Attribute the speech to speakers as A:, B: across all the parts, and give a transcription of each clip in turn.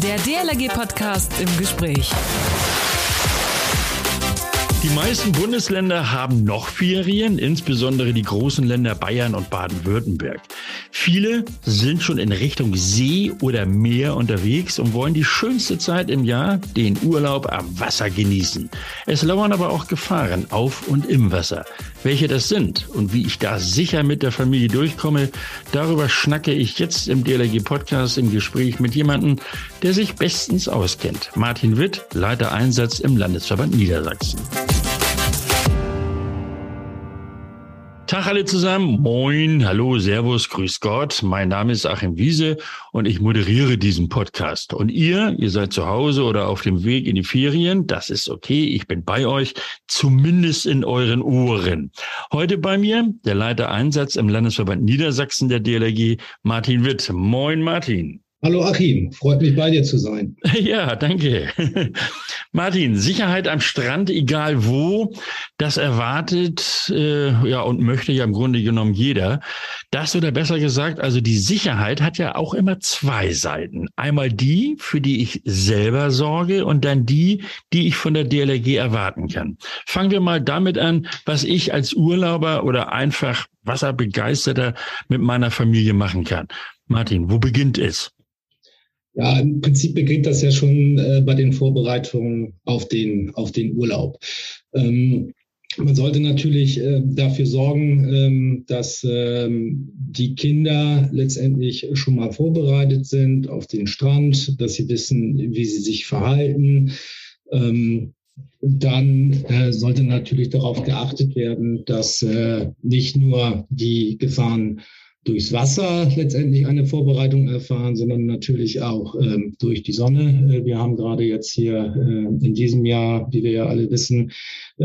A: Der DLRG-Podcast im Gespräch.
B: Die meisten Bundesländer haben noch Ferien, insbesondere die großen Länder Bayern und Baden-Württemberg. Viele sind schon in Richtung See oder Meer unterwegs und wollen die schönste Zeit im Jahr, den Urlaub am Wasser, genießen. Es lauern aber auch Gefahren auf und im Wasser. Welche das sind und wie ich da sicher mit der Familie durchkomme, darüber schnacke ich jetzt im DLRG-Podcast im Gespräch mit jemandem, der sich bestens auskennt. Martin Witt, Leiter Einsatz im Landesverband Niedersachsen. Tag alle zusammen, moin, hallo, servus, grüß Gott. Mein Name ist Achim Wiese und ich moderiere diesen Podcast. Und ihr seid zu Hause oder auf dem Weg in die Ferien, das ist okay, ich bin bei euch, zumindest in euren Ohren. Heute bei mir der Leiter Einsatz im Landesverband Niedersachsen der DLRG, Martin Witt. Moin Martin.
C: Hallo Achim, freut mich bei dir zu sein.
B: Ja, danke. Martin, Sicherheit am Strand, egal wo, das erwartet und möchte ja im Grunde genommen jeder. Das oder besser gesagt, also die Sicherheit hat ja auch immer zwei Seiten. Einmal die, für die ich selber sorge und dann die ich von der DLRG erwarten kann. Fangen wir mal damit an, was ich als Urlauber oder einfach Wasserbegeisterter mit meiner Familie machen kann. Martin, wo beginnt es?
C: Ja, im Prinzip beginnt das ja schon bei den Vorbereitungen auf den Urlaub. Man sollte natürlich dafür sorgen, dass die Kinder letztendlich schon mal vorbereitet sind auf den Strand, dass sie wissen, wie sie sich verhalten. Dann sollte natürlich darauf geachtet werden, dass nicht nur die Gefahren durchs Wasser letztendlich eine Vorbereitung erfahren, sondern natürlich auch durch die Sonne. Wir haben gerade jetzt hier in diesem Jahr, wie wir ja alle wissen,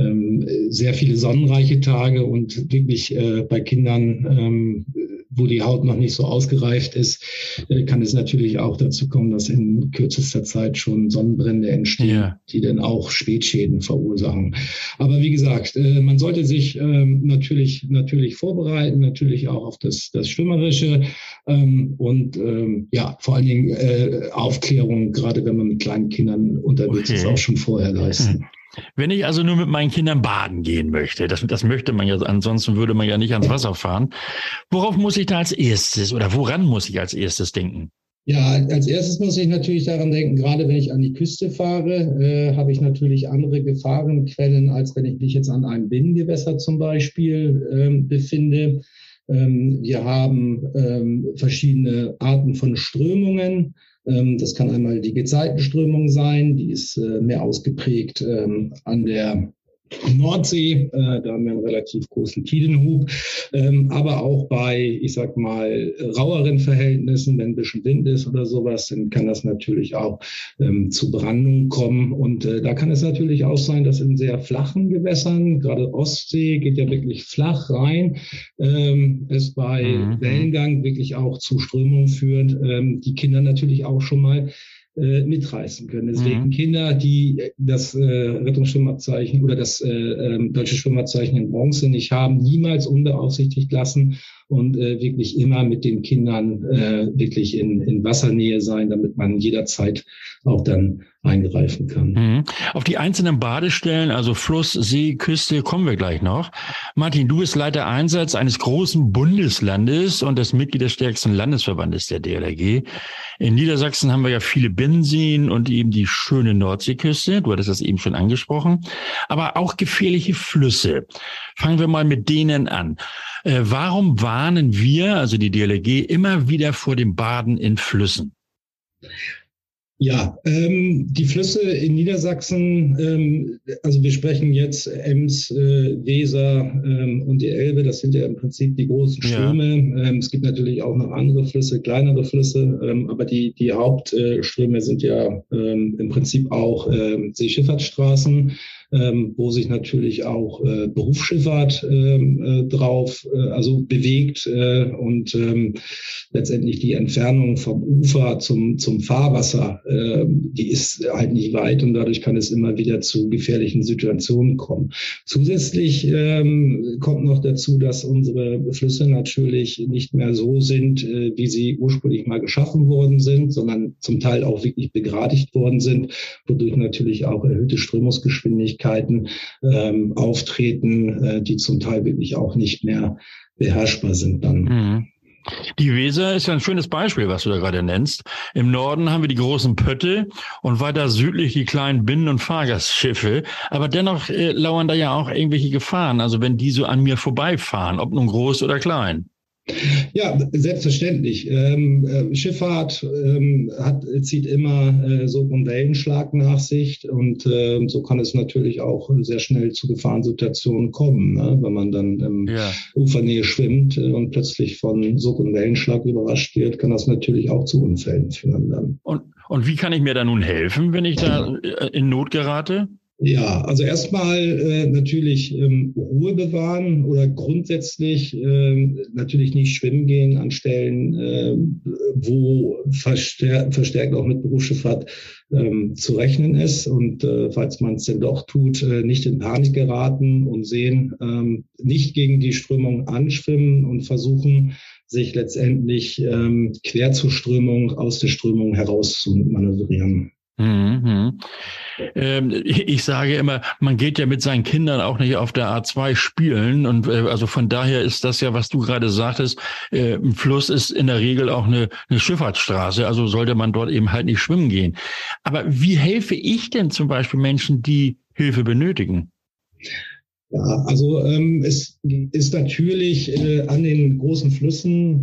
C: sehr viele sonnenreiche Tage und wirklich bei Kindern, wo die Haut noch nicht so ausgereift ist, kann es natürlich auch dazu kommen, dass in kürzester Zeit schon Sonnenbrände entstehen, die dann auch Spätschäden verursachen. Aber wie gesagt, man sollte sich natürlich vorbereiten, natürlich auch auf das Schwimmerische und vor allen Dingen Aufklärung, gerade wenn man mit kleinen Kindern unterwegs ist, auch schon vorher leisten.
B: Wenn ich also nur mit meinen Kindern baden gehen möchte, das möchte man ja, ansonsten würde man ja nicht ans Wasser fahren. Worauf muss ich da als erstes oder woran muss ich als erstes denken?
C: Ja, als erstes muss ich natürlich daran denken, gerade wenn ich an die Küste fahre, habe ich natürlich andere Gefahrenquellen, als wenn ich mich jetzt an einem Binnengewässer zum Beispiel befinde. Wir haben verschiedene Arten von Strömungen. Das kann einmal die Gezeitenströmung sein, die ist mehr ausgeprägt an der Nordsee, da haben wir einen relativ großen Tidenhub, aber auch bei, ich sag mal, raueren Verhältnissen, wenn ein bisschen Wind ist oder sowas, dann kann das natürlich auch zu Brandung kommen und da kann es natürlich auch sein, dass in sehr flachen Gewässern, gerade Ostsee geht ja wirklich flach rein, es bei Wellengang wirklich auch zu Strömungen führt, die Kinder natürlich auch schon mal mitreißen können. Deswegen Kinder, die das Rettungsschwimmabzeichen oder das deutsche Schwimmabzeichen in Bronze nicht haben, niemals unbeaufsichtigt lassen und wirklich immer mit den Kindern wirklich in Wassernähe sein, damit man jederzeit auch dann eingreifen kann.
B: Auf die einzelnen Badestellen, also Fluss, See, Küste, kommen wir gleich noch. Martin, du bist Leiter Einsatz eines großen Bundeslandes und das Mitglied des stärksten Landesverbandes der DLRG. In Niedersachsen haben wir ja viele Binnenseen und eben die schöne Nordseeküste. Du hattest das eben schon angesprochen. Aber auch gefährliche Flüsse. Fangen wir mal mit denen an. Warum warnen wir, also die DLRG, immer wieder vor dem Baden in Flüssen?
C: Ja, die Flüsse in Niedersachsen, also wir sprechen jetzt Ems, Weser und die Elbe, das sind ja im Prinzip die großen Ströme. Ja. Es gibt natürlich auch noch andere Flüsse, kleinere Flüsse, aber die Hauptströme sind ja im Prinzip auch Seeschifffahrtsstraßen. wo sich natürlich auch Berufsschifffahrt drauf also bewegt und letztendlich die Entfernung vom Ufer zum Fahrwasser, die ist halt nicht weit und dadurch kann es immer wieder zu gefährlichen Situationen kommen. Zusätzlich kommt noch dazu, dass unsere Flüsse natürlich nicht mehr so sind, wie sie ursprünglich mal geschaffen worden sind, sondern zum Teil auch wirklich begradigt worden sind, wodurch natürlich auch erhöhte Strömungsgeschwindigkeiten auftreten, die zum Teil wirklich auch nicht mehr beherrschbar sind dann.
B: Mhm. Die Weser ist ja ein schönes Beispiel, was du da gerade nennst. Im Norden haben wir die großen Pötte und weiter südlich die kleinen Binnen- und Fahrgastschiffe. Aber dennoch lauern da ja auch irgendwelche Gefahren, also wenn die so an mir vorbeifahren, ob nun groß oder klein.
C: Ja, selbstverständlich. Schifffahrt zieht immer Sog- und Wellenschlag nach sich und so kann es natürlich auch sehr schnell zu Gefahrensituationen kommen, ne? Wenn man dann Ufernähe schwimmt und plötzlich von Sog- und Wellenschlag überrascht wird, kann das natürlich auch zu Unfällen führen dann.
B: Und wie kann ich mir da nun helfen, wenn ich da in Not gerate?
C: Ja, also erstmal natürlich Ruhe bewahren oder grundsätzlich natürlich nicht schwimmen gehen an Stellen, wo verstärkt auch mit Berufsschifffahrt zu rechnen ist. Und falls man es denn doch tut, nicht in Panik geraten und sehen, nicht gegen die Strömung anschwimmen und versuchen, sich letztendlich quer zur Strömung, aus der Strömung heraus zu manövrieren.
B: Mhm. Ich sage immer, man geht ja mit seinen Kindern auch nicht auf der A2 spielen und also von daher ist das ja, was du gerade sagtest, ein Fluss ist in der Regel auch eine Schifffahrtsstraße, also sollte man dort eben halt nicht schwimmen gehen. Aber wie helfe ich denn zum Beispiel Menschen, die Hilfe benötigen?
C: Ja, also es ist natürlich an den großen Flüssen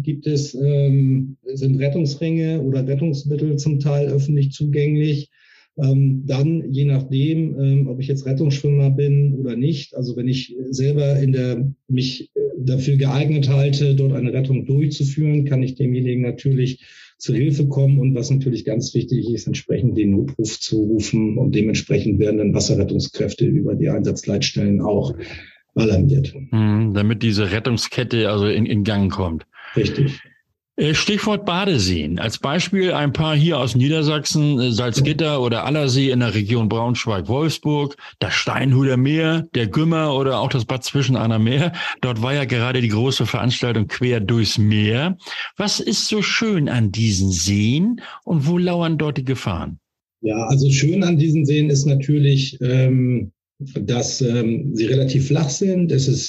C: sind Rettungsringe oder Rettungsmittel zum Teil öffentlich zugänglich. Dann, je nachdem, ob ich jetzt Rettungsschwimmer bin oder nicht, also wenn ich selber mich dafür geeignet halte, dort eine Rettung durchzuführen, kann ich demjenigen natürlich zur Hilfe kommen und was natürlich ganz wichtig ist, entsprechend den Notruf zu rufen und dementsprechend werden dann Wasserrettungskräfte über die Einsatzleitstellen auch alarmiert.
B: Damit diese Rettungskette also in Gang kommt.
C: Richtig.
B: Stichwort Badeseen. Als Beispiel ein paar hier aus Niedersachsen, Salzgitter oder Allersee in der Region Braunschweig-Wolfsburg, das Steinhuder Meer, der Gümmer oder auch das Bad Zwischenahner Meer. Dort war ja gerade die große Veranstaltung Quer durchs Meer. Was ist so schön an diesen Seen und wo lauern dort die Gefahren? Ja, also schön an diesen Seen ist natürlich, dass sie relativ flach sind.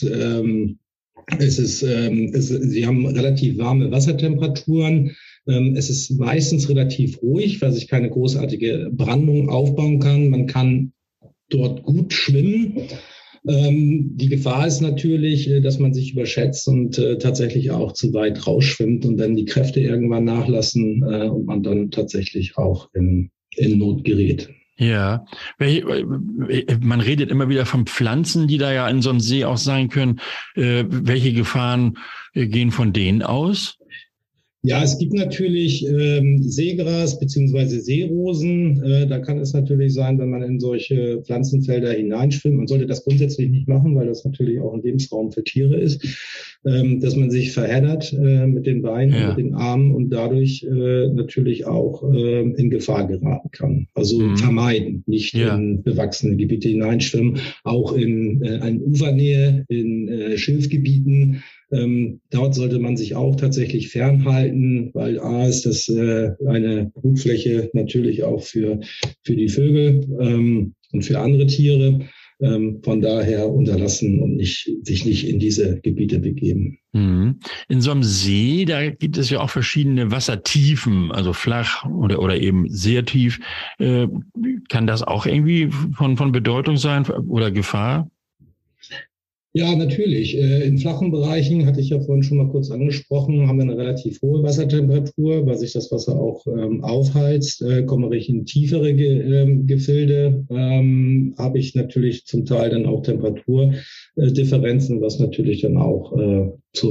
B: Sie haben relativ warme Wassertemperaturen. Es ist meistens relativ ruhig, weil sich keine großartige Brandung aufbauen kann. Man kann dort gut schwimmen. Die Gefahr ist natürlich, dass man sich überschätzt und tatsächlich auch zu weit rausschwimmt und dann die Kräfte irgendwann nachlassen und man dann tatsächlich auch in Not gerät. Ja, man redet immer wieder von Pflanzen, die da ja in so einem See auch sein können. Welche Gefahren gehen von denen aus? Ja, es gibt natürlich Seegras beziehungsweise Seerosen. Da kann es natürlich sein, wenn man in solche Pflanzenfelder hineinschwimmt. Man sollte das grundsätzlich nicht machen, weil das natürlich auch ein Lebensraum für Tiere ist, dass man sich verheddert mit den Beinen und mit den Armen und dadurch natürlich auch in Gefahr geraten kann. Also vermeiden, nicht in bewachsene Gebiete hineinschwimmen, auch in Ufernähe, in Schilfgebieten. Dort sollte man sich auch tatsächlich fernhalten, weil A ist das eine Brutfläche natürlich auch für die Vögel und für andere Tiere. Von daher unterlassen und sich nicht in diese Gebiete begeben. In so einem See, da gibt es ja auch verschiedene Wassertiefen, also flach oder eben sehr tief. Kann das auch irgendwie von Bedeutung sein oder Gefahr? Ja, natürlich. In flachen Bereichen, hatte ich ja vorhin schon mal kurz angesprochen, haben wir eine relativ hohe Wassertemperatur, weil sich das Wasser auch aufheizt. Komme ich in tiefere Gefilde, habe ich natürlich zum Teil dann auch Temperaturdifferenzen, was natürlich dann auch zu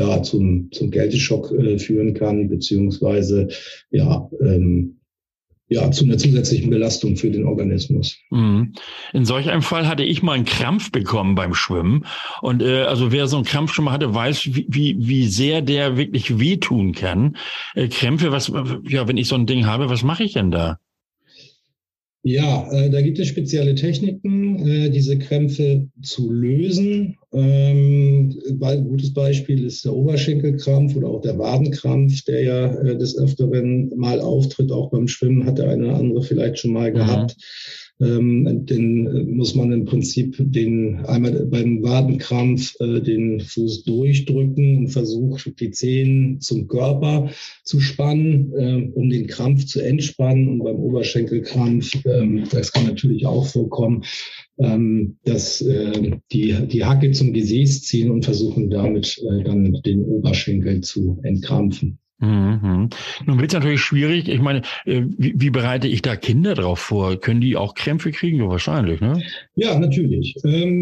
B: zum Kälteschock führen kann, beziehungsweise
C: zu einer zusätzlichen Belastung für den Organismus.
B: In solch einem Fall hatte ich mal einen Krampf bekommen beim Schwimmen. Und also wer so einen Krampf schon mal hatte, weiß, wie sehr der wirklich wehtun kann. Krämpfe, wenn ich so ein Ding habe, was mache ich denn da?
C: Ja, da gibt es spezielle Techniken, diese Krämpfe zu lösen. Ein gutes Beispiel ist der Oberschenkelkrampf oder auch der Wadenkrampf, der ja des Öfteren mal auftritt. Auch beim Schwimmen hat der eine oder andere vielleicht schon mal gehabt. Den muss man im Prinzip einmal beim Wadenkrampf den Fuß durchdrücken und versucht, die Zehen zum Körper zu spannen, um den Krampf zu entspannen. Und beim Oberschenkelkrampf, das kann natürlich auch vorkommen, dass die Hacke zum Gesäß ziehen und versuchen damit dann den Oberschenkel zu entkrampfen.
B: Nun wird es natürlich schwierig. Ich meine, wie bereite ich da Kinder drauf vor? Können die auch Krämpfe kriegen? Ja, wahrscheinlich, ne?
C: Ja, natürlich.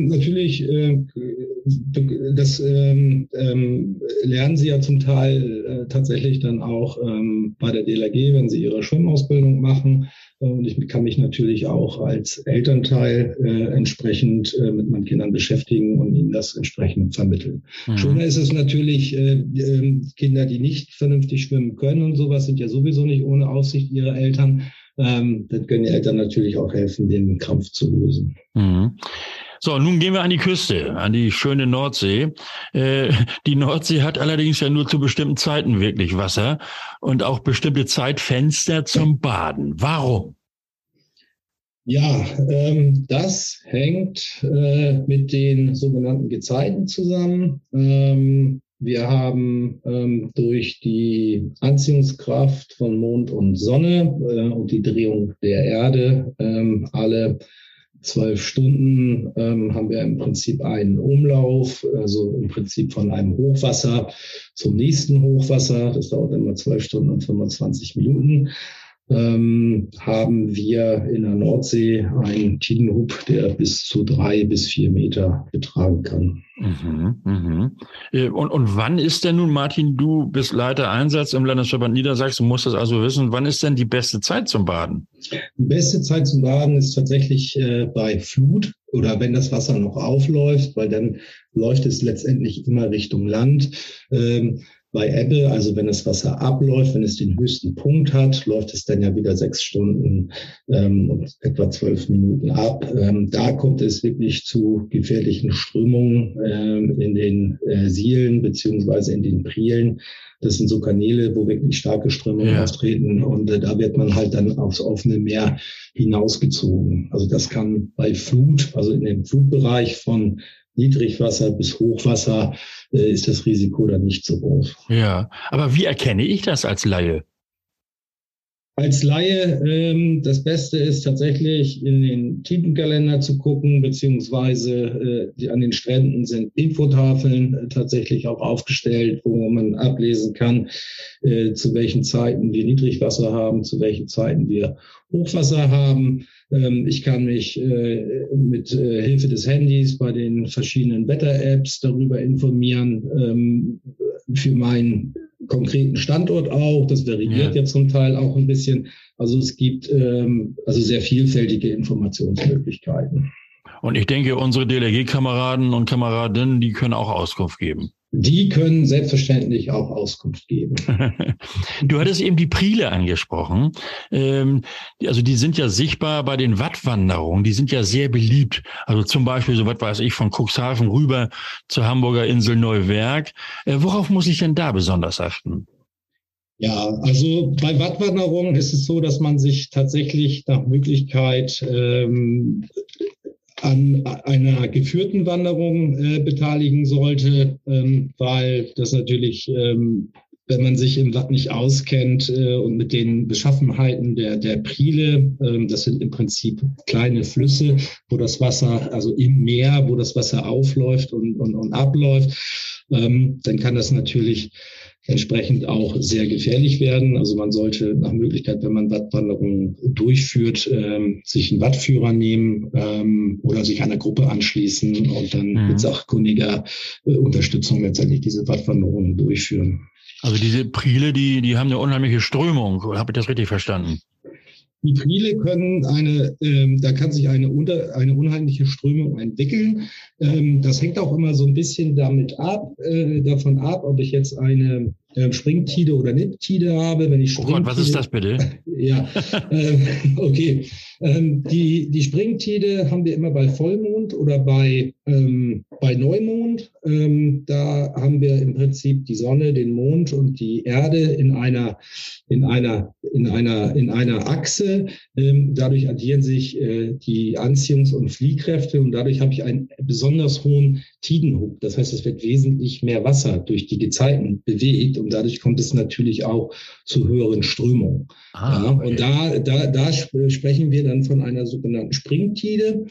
C: Das lernen sie ja zum Teil tatsächlich dann auch bei der DLRG, wenn sie ihre Schwimmausbildung machen. Und ich kann mich natürlich auch als Elternteil entsprechend mit meinen Kindern beschäftigen und ihnen das entsprechend vermitteln. Schöner ist es natürlich, Kinder, die nicht vernünftig schwimmen können und sowas, sind ja sowieso nicht ohne Aufsicht ihrer Eltern. Dann können die Eltern natürlich auch helfen, den Krampf zu lösen.
B: So, nun gehen wir an die Küste, an die schöne Nordsee. Die Nordsee hat allerdings ja nur zu bestimmten Zeiten wirklich Wasser und auch bestimmte Zeitfenster zum Baden. Warum?
C: Ja, das hängt mit den sogenannten Gezeiten zusammen. Wir haben durch die Anziehungskraft von Mond und Sonne und die Drehung der Erde alle 12 Stunden haben wir im Prinzip einen Umlauf, also im Prinzip von einem Hochwasser zum nächsten Hochwasser. Das dauert immer 12 Stunden und 25 Minuten. Haben wir in der Nordsee einen Tidenhub, der bis zu 3 bis 4 Meter betragen kann.
B: Und wann ist denn nun, Martin, du bist Leiter Einsatz im Landesverband Niedersachsen, musst das also wissen, wann ist denn die beste Zeit zum Baden?
C: Die beste Zeit zum Baden ist tatsächlich bei Flut oder wenn das Wasser noch aufläuft, weil dann läuft es letztendlich immer Richtung Land. Bei Ebbe, also wenn das Wasser abläuft, wenn es den höchsten Punkt hat, läuft es dann ja wieder 6 Stunden und etwa 12 Minuten ab. Da kommt es wirklich zu gefährlichen Strömungen in den Sielen beziehungsweise in den Prielen. Das sind so Kanäle, wo wirklich starke Strömungen auftreten und da wird man halt dann aufs offene Meer hinausgezogen. Also das kann bei Flut, also in dem Flutbereich von Niedrigwasser bis Hochwasser ist das Risiko dann nicht so groß.
B: Ja, aber wie erkenne ich das als Laie?
C: Als Laie, das Beste ist tatsächlich in den Tidenkalender zu gucken, beziehungsweise an den Stränden sind Infotafeln tatsächlich auch aufgestellt, wo man ablesen kann, zu welchen Zeiten wir Niedrigwasser haben, zu welchen Zeiten wir Hochwasser haben. Ich kann mich mit Hilfe des Handys bei den verschiedenen Wetter-Apps darüber informieren, für meinen konkreten Standort auch. Das variiert ja zum Teil auch ein bisschen. Also es gibt also sehr vielfältige Informationsmöglichkeiten.
B: Und ich denke, unsere DLRG-Kameraden und Kameradinnen, die können auch Auskunft geben.
C: Die können selbstverständlich auch Auskunft geben.
B: Du hattest eben die Priele angesprochen. Also die sind ja sichtbar bei den Wattwanderungen. Die sind ja sehr beliebt. Also zum Beispiel, so was weiß ich, von Cuxhaven rüber zur Hamburger Insel Neuwerk. Worauf muss ich denn da besonders achten?
C: Ja, also bei Wattwanderungen ist es so, dass man sich tatsächlich nach Möglichkeit an einer geführten Wanderung beteiligen sollte, weil das natürlich, wenn man sich im Watt nicht auskennt und mit den Beschaffenheiten der Priele, das sind im Prinzip kleine Flüsse, wo das Wasser, also im Meer, wo das Wasser aufläuft und abläuft, dann kann das natürlich entsprechend auch sehr gefährlich werden. Also man sollte nach Möglichkeit, wenn man Wattwanderungen durchführt, sich einen Wattführer nehmen oder sich einer Gruppe anschließen und dann mit sachkundiger Unterstützung letztendlich diese Wattwanderungen durchführen.
B: Also diese Priele, die haben eine unheimliche Strömung. Habe ich das richtig verstanden?
C: Die Priele können da kann sich eine unheimliche Strömung entwickeln. Das hängt auch immer so ein bisschen davon ab, ob ich jetzt eine Springtide oder Niptide habe. Wenn ich
B: Oh Gott, was ist das bitte?
C: Ja, okay. Die Springtide haben wir immer bei Vollmond oder bei Neumond. Da haben wir im Prinzip die Sonne, den Mond und die Erde in einer Achse. Dadurch addieren sich die Anziehungs- und Fliehkräfte und dadurch habe ich einen besonders hohen Tidenhub. Das heißt, es wird wesentlich mehr Wasser durch die Gezeiten bewegt und dadurch kommt es natürlich auch zu höheren Strömungen. Ja, okay. Und da sprechen wir dann von einer sogenannten Springtide.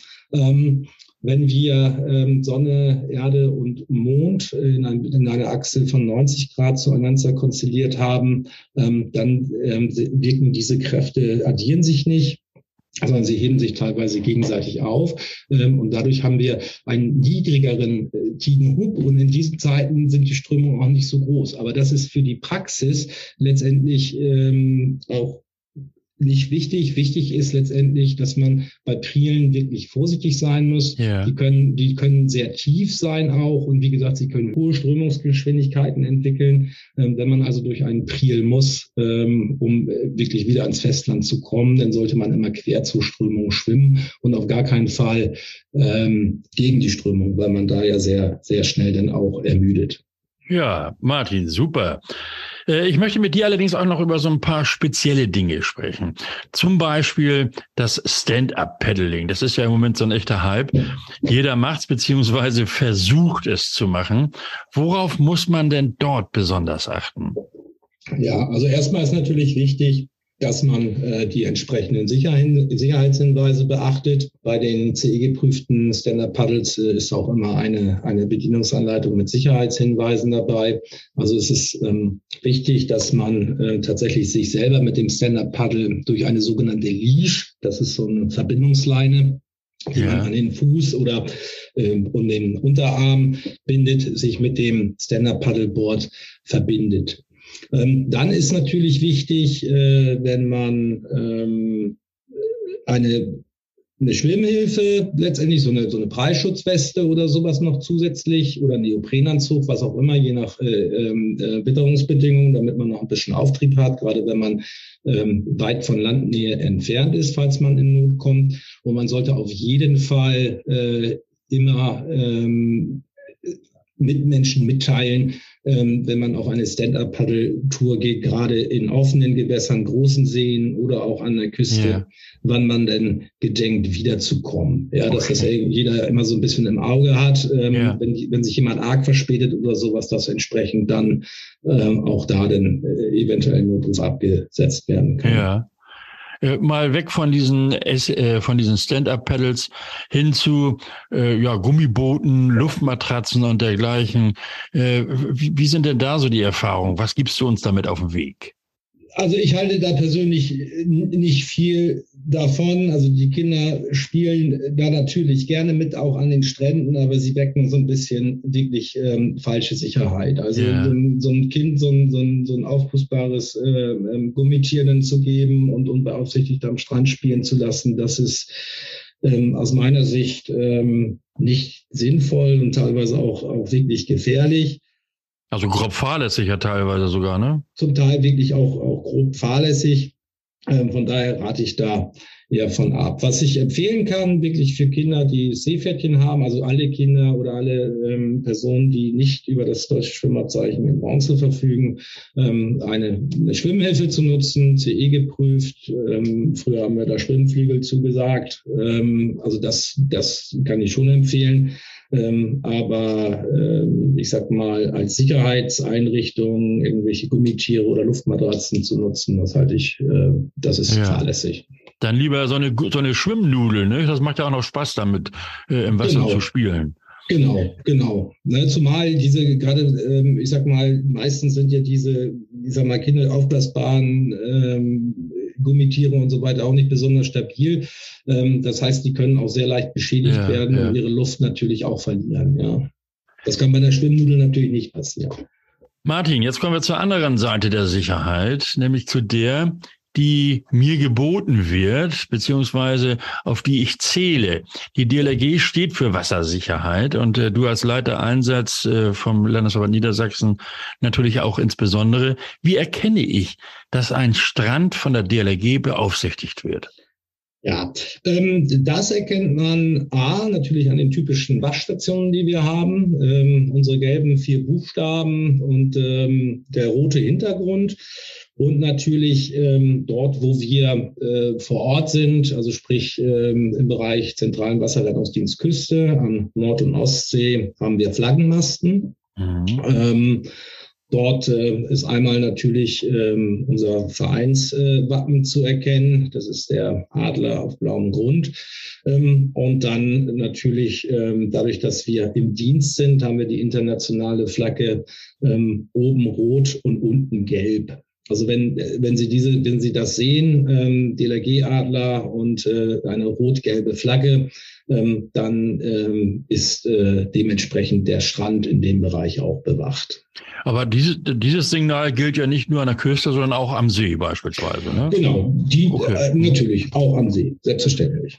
C: Wenn wir Sonne, Erde und Mond in einer Achse von 90 Grad zueinander konstelliert haben, dann wirken diese Kräfte, addieren sich nicht, sondern sie heben sich teilweise gegenseitig auf. Und dadurch haben wir einen niedrigeren Tidenhub. Und in diesen Zeiten sind die Strömungen auch nicht so groß. Aber das ist für die Praxis letztendlich auch nicht wichtig. Wichtig ist letztendlich, dass man bei Prielen wirklich vorsichtig sein muss. Ja. Die können sehr tief sein auch. Und wie gesagt, sie können hohe Strömungsgeschwindigkeiten entwickeln. Wenn man also durch einen Priel muss, um wirklich wieder ans Festland zu kommen, dann sollte man immer quer zur Strömung schwimmen und auf gar keinen Fall gegen die Strömung, weil man da ja sehr, sehr schnell dann auch ermüdet.
B: Ja, Martin, super. Ich möchte mit dir allerdings auch noch über so ein paar spezielle Dinge sprechen. Zum Beispiel das Stand-Up-Paddling. Das ist ja im Moment so ein echter Hype. Jeder macht's beziehungsweise versucht es zu machen. Worauf muss man denn dort besonders achten?
C: Ja, also erstmal ist natürlich wichtig, dass man die entsprechenden Sicherheitshinweise beachtet. Bei den CE-geprüften Stand-Up-Paddles ist auch immer eine Bedienungsanleitung mit Sicherheitshinweisen dabei. Also es ist wichtig, dass man tatsächlich sich selber mit dem Stand-Up-Paddle durch eine sogenannte Leash, das ist so eine Verbindungsleine, die man an den Fuß oder um den Unterarm bindet, sich mit dem Stand-Up-Paddleboard verbindet. Dann ist natürlich wichtig, wenn man eine Schwimmhilfe, letztendlich so eine Prallschutzweste oder sowas noch zusätzlich oder Neoprenanzug, was auch immer, je nach Witterungsbedingungen, damit man noch ein bisschen Auftrieb hat, gerade wenn man weit von Landnähe entfernt ist, falls man in Not kommt. Und man sollte auf jeden Fall immer Mitmenschen mitteilen, wenn man auf eine Stand-Up-Paddle-Tour geht, gerade in offenen Gewässern, großen Seen oder auch an der Küste, wann man denn gedenkt, wiederzukommen. Ja, dass das jeder immer so ein bisschen im Auge hat, wenn sich jemand arg verspätet oder sowas, dass entsprechend dann auch da dann eventuell Notruf abgesetzt werden kann.
B: Ja. Mal weg von diesen Stand-Up-Paddles hin zu Gummibooten, Luftmatratzen und dergleichen. Wie sind denn da so die Erfahrungen? Was gibst du uns damit auf den Weg?
C: Also ich halte da persönlich nicht viel davon. Also die Kinder spielen da natürlich gerne mit, auch an den Stränden, aber sie wecken so ein bisschen wirklich falsche Sicherheit. Also so ein Kind so ein aufpustbares Gummitier dann zu geben und unbeaufsichtigt am Strand spielen zu lassen, das ist aus meiner Sicht nicht sinnvoll und teilweise auch wirklich gefährlich.
B: Also grob fahrlässig ja teilweise sogar, ne?
C: Zum Teil wirklich auch grob fahrlässig. Von daher rate ich da eher von ab. Was ich empfehlen kann, wirklich für Kinder, die Seepferdchen haben, also alle Kinder oder alle Personen, die nicht über das deutsche Schwimmabzeichen in Bronze verfügen, eine Schwimmhilfe zu nutzen, CE geprüft. Früher haben wir da Schwimmflügel zugesagt. Also das kann ich schon empfehlen. Aber ich sag mal, als Sicherheitseinrichtung irgendwelche Gummitiere oder Luftmatratzen zu nutzen, das halte ich, das ist fahrlässig.
B: Dann lieber so eine Schwimmnudel, ne? Das macht ja auch noch Spaß damit, im Wasser zu spielen.
C: Genau. Ne, zumal gerade, ich sag mal, meistens sind ja diese, ich sag mal, kinderaufblasbaren Gummitiere und so weiter auch nicht besonders stabil. Das heißt, die können auch sehr leicht beschädigt werden und ihre Luft natürlich auch verlieren. Ja, das kann bei der Schwimmnudel natürlich nicht passieren.
B: Martin, jetzt kommen wir zur anderen Seite der Sicherheit, nämlich zu der, die mir geboten wird, beziehungsweise auf die ich zähle. Die DLRG steht für Wassersicherheit und du als Leiter Einsatz vom Landesverband Niedersachsen natürlich auch insbesondere. Wie erkenne ich, dass ein Strand von der DLRG beaufsichtigt wird?
C: Ja, das erkennt man natürlich an den typischen Waschstationen, die wir haben. Unsere gelben 4 Buchstaben und der rote Hintergrund. Und natürlich dort, wo wir vor Ort sind, also sprich im Bereich Zentralen Wasserrettungsdienst Küste, an Nord- und Ostsee, haben wir Flaggenmasten. Dort ist einmal natürlich unser Vereinswappen zu erkennen. Das ist der Adler auf blauem Grund. Und dann natürlich, dadurch, dass wir im Dienst sind, haben wir die internationale Flagge oben rot und unten gelb. Also wenn Sie das sehen, DLRG-Adler und eine rot-gelbe Flagge, dann ist dementsprechend der Strand in dem Bereich auch bewacht.
B: Aber dieses Signal gilt ja nicht nur an der Küste, sondern auch am See beispielsweise, ne?
C: Genau, natürlich auch am See, selbstverständlich.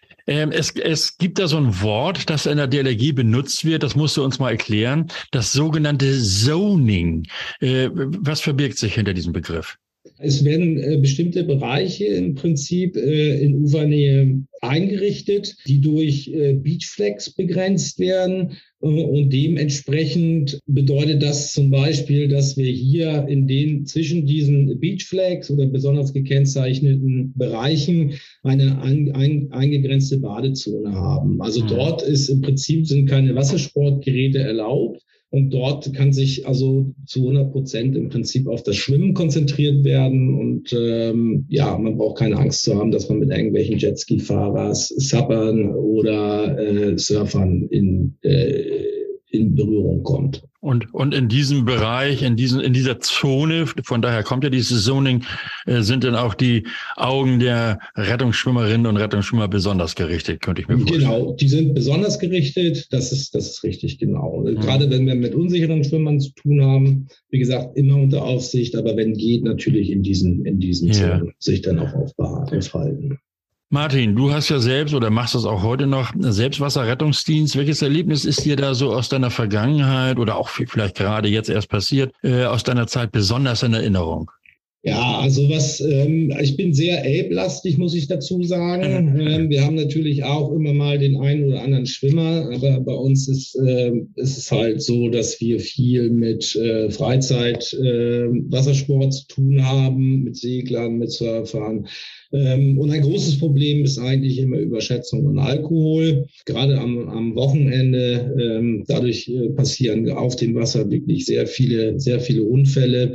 B: Es gibt da so ein Wort, das in der DLRG benutzt wird, das musst du uns mal erklären, das sogenannte Zoning. Was verbirgt sich hinter diesem Begriff?
C: Es werden bestimmte Bereiche im Prinzip in Ufernähe eingerichtet, die durch Beachflags begrenzt werden. Und dementsprechend bedeutet das zum Beispiel, dass wir hier zwischen diesen Beachflags oder besonders gekennzeichneten Bereichen eine eingegrenzte Badezone haben. Also dort sind keine Wassersportgeräte erlaubt. Und dort kann sich also zu 100% im Prinzip auf das Schwimmen konzentriert werden. Und man braucht keine Angst zu haben, dass man mit irgendwelchen Jetski-Fahrern, Suppern oder Surfern in Berührung kommt.
B: Und in diesem Bereich, in dieser Zone, von daher kommt ja dieses Zoning, sind dann auch die Augen der Rettungsschwimmerinnen und Rettungsschwimmer besonders gerichtet, könnte ich mir vorstellen.
C: Genau, die sind besonders gerichtet, das ist richtig, genau. Gerade wenn wir mit unsicheren Schwimmern zu tun haben, wie gesagt, immer unter Aufsicht, aber wenn geht, natürlich in diesen Zonen sich dann auch aufhalten.
B: Martin, du hast ja selbst oder machst das auch heute noch selbst Wasserrettungsdienst. Welches Erlebnis ist dir da so aus deiner Vergangenheit oder auch vielleicht gerade jetzt erst passiert, aus deiner Zeit besonders in Erinnerung?
C: Ja, also ich bin sehr elblastig, muss ich dazu sagen. Wir haben natürlich auch immer mal den einen oder anderen Schwimmer, aber bei uns ist es halt so, dass wir viel mit Freizeit, Wassersport zu tun haben, mit Seglern, mit Surfern. Und ein großes Problem ist eigentlich immer Überschätzung von Alkohol. Gerade am Wochenende, dadurch passieren auf dem Wasser wirklich sehr viele Unfälle.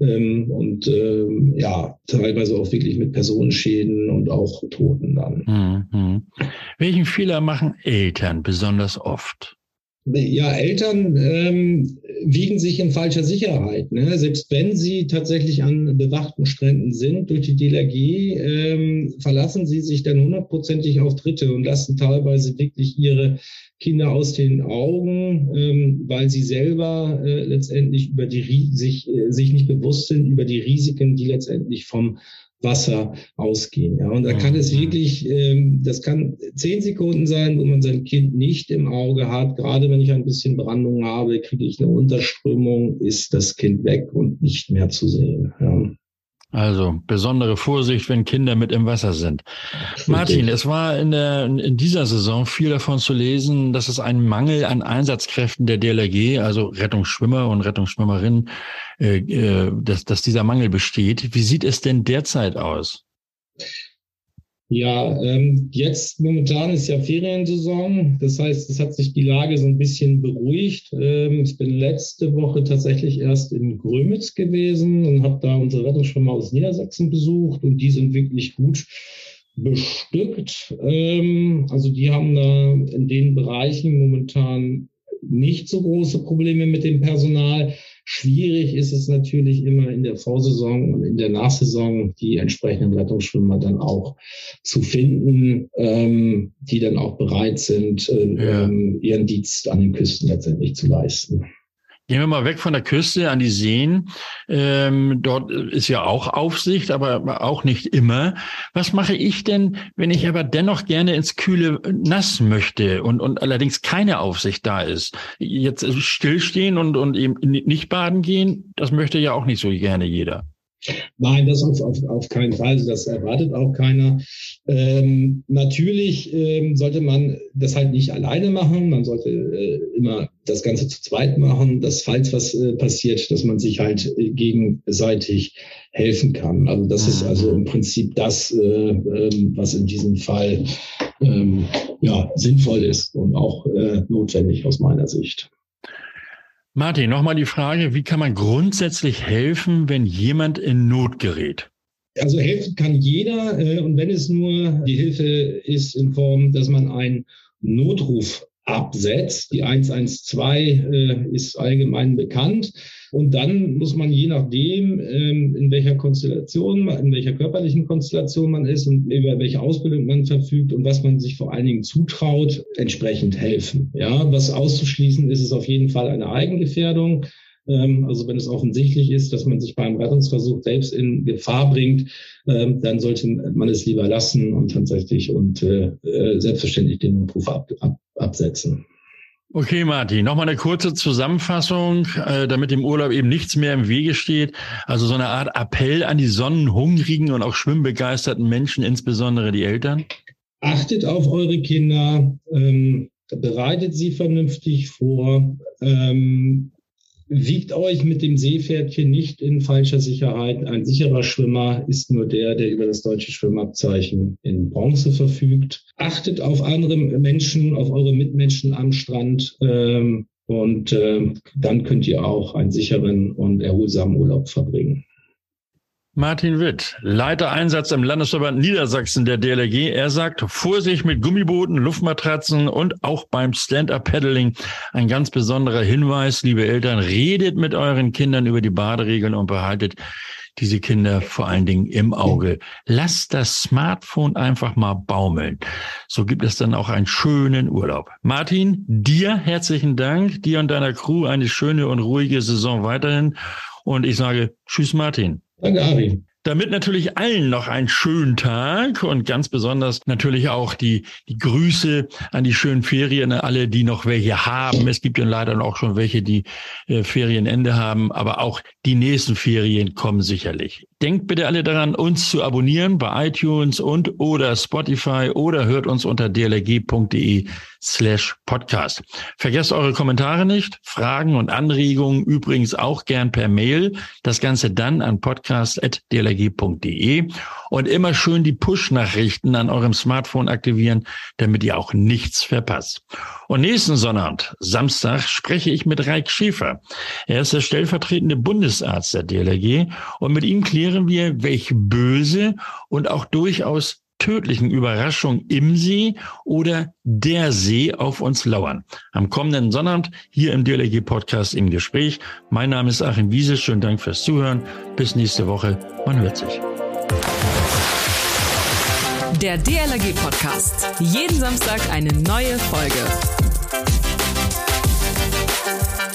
C: Teilweise auch wirklich mit Personenschäden und auch Toten dann.
B: Welchen Fehler machen Eltern besonders oft?
C: Ja, Eltern wiegen sich in falscher Sicherheit. Ne? Selbst wenn sie tatsächlich an bewachten Stränden sind, durch die DLRG, verlassen sie sich dann 100%ig auf Dritte und lassen teilweise wirklich ihre Kinder aus den Augen, weil sie selber letztendlich sich nicht bewusst sind über die Risiken, die letztendlich vom Wasser ausgehen. Ja, und da kann es wirklich, das kann 10 Sekunden sein, wo man sein Kind nicht im Auge hat. Gerade wenn ich ein bisschen Brandung habe, kriege ich eine Unterströmung, ist das Kind weg und nicht mehr zu sehen. Ja.
B: Also besondere Vorsicht, wenn Kinder mit im Wasser sind. Martin, es war in dieser Saison viel davon zu lesen, dass es einen Mangel an Einsatzkräften der DLRG, also Rettungsschwimmer und Rettungsschwimmerinnen, dass dieser Mangel besteht. Wie sieht es denn derzeit aus?
C: Ja, jetzt momentan ist ja Feriensaison. Das heißt, es hat sich die Lage so ein bisschen beruhigt. Ich bin letzte Woche tatsächlich erst in Grömitz gewesen und habe da unsere Rettungsschwimmer aus Niedersachsen besucht und die sind wirklich gut bestückt. Also die haben da in den Bereichen momentan nicht so große Probleme mit dem Personal. Schwierig ist es natürlich immer in der Vorsaison und in der Nachsaison, die entsprechenden Rettungsschwimmer dann auch zu finden, die dann auch bereit sind, ihren Dienst an den Küsten letztendlich zu leisten.
B: Gehen wir mal weg von der Küste an die Seen. Dort ist ja auch Aufsicht, aber auch nicht immer. Was mache ich denn, wenn ich aber dennoch gerne ins kühle Nass möchte und allerdings keine Aufsicht da ist? Jetzt stillstehen und eben nicht baden gehen, das möchte ja auch nicht so gerne jeder.
C: Nein, das auf keinen Fall. Also das erwartet auch keiner. Natürlich sollte man das halt nicht alleine machen. Man sollte immer das Ganze zu zweit machen, dass falls was passiert, dass man sich halt gegenseitig helfen kann. Also das ist also im Prinzip das, was in diesem Fall sinnvoll ist und auch notwendig aus meiner Sicht.
B: Martin, nochmal die Frage, wie kann man grundsätzlich helfen, wenn jemand in Not gerät?
C: Also helfen kann jeder und wenn es nur die Hilfe ist in Form, dass man einen Notruf absetzt. Die 112 ist allgemein bekannt. Und dann muss man je nachdem, in welcher körperlichen Konstellation man ist und über welche Ausbildung man verfügt und was man sich vor allen Dingen zutraut, entsprechend helfen. Ja, was auszuschließen ist, ist auf jeden Fall eine Eigengefährdung. Also wenn es offensichtlich ist, dass man sich beim Rettungsversuch selbst in Gefahr bringt, dann sollte man es lieber lassen und tatsächlich selbstverständlich den Notruf absetzen.
B: Okay, Martin, nochmal eine kurze Zusammenfassung, damit dem Urlaub eben nichts mehr im Wege steht. Also so eine Art Appell an die sonnenhungrigen und auch schwimmbegeisterten Menschen, insbesondere die Eltern.
C: Achtet auf eure Kinder, bereitet sie vernünftig vor, wiegt euch mit dem Seepferdchen nicht in falscher Sicherheit. Ein sicherer Schwimmer ist nur der über das deutsche Schwimmabzeichen in Bronze verfügt. Achtet auf andere Menschen, auf eure Mitmenschen am Strand und dann könnt ihr auch einen sicheren und erholsamen Urlaub verbringen.
B: Martin Witt, Leiter Einsatz im Landesverband Niedersachsen der DLRG. Er sagt, Vorsicht mit Gummibooten, Luftmatratzen und auch beim Stand-Up-Paddling. Ein ganz besonderer Hinweis, liebe Eltern, redet mit euren Kindern über die Baderegeln und behaltet diese Kinder vor allen Dingen im Auge. Lasst das Smartphone einfach mal baumeln. So gibt es dann auch einen schönen Urlaub. Martin, dir herzlichen Dank, dir und deiner Crew eine schöne und ruhige Saison weiterhin. Und ich sage Tschüss, Martin.
C: Danke, Ari.
B: Damit natürlich allen noch einen schönen Tag und ganz besonders natürlich auch die Grüße an die schönen Ferien, alle, die noch welche haben. Es gibt ja leider auch schon welche, die Ferienende haben, aber auch die nächsten Ferien kommen sicherlich. Denkt bitte alle daran, uns zu abonnieren bei iTunes und oder Spotify oder hört uns unter dlrg.de/podcast. Vergesst eure Kommentare nicht, Fragen und Anregungen übrigens auch gern per Mail. Das Ganze dann an podcast@dlrg.de und immer schön die Push-Nachrichten an eurem Smartphone aktivieren, damit ihr auch nichts verpasst. Und nächsten Sonnabend, Samstag, spreche ich mit Raik Schäfer. Er ist der stellvertretende Bundesarzt der DLRG und mit ihm klären wir, welche böse und auch durchaus tödlichen Überraschungen im See oder der See auf uns lauern. Am kommenden Sonnabend hier im DLRG-Podcast im Gespräch. Mein Name ist Achim Wiese. Schönen Dank fürs Zuhören. Bis nächste Woche. Man hört sich.
A: Der DLRG-Podcast. Jeden Samstag eine neue Folge.